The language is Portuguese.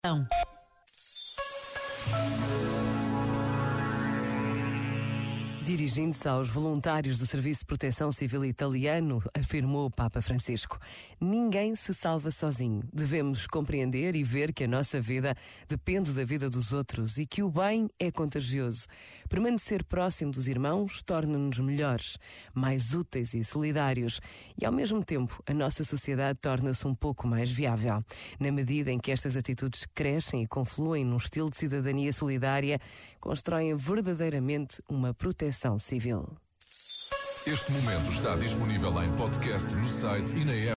Não. Dirigindo-se aos voluntários do Serviço de Proteção Civil italiano, afirmou o Papa Francisco: ninguém se salva sozinho. Devemos compreender e ver que a nossa vida depende da vida dos outros e que o bem é contagioso. Permanecer próximo dos irmãos torna-nos melhores, mais úteis e solidários, e ao mesmo tempo a nossa sociedade torna-se um pouco mais viável. Na medida em que estas atitudes crescem e confluem num estilo de cidadania solidária, constroem verdadeiramente uma proteção civil. Este momento está disponível em podcast no site e na app.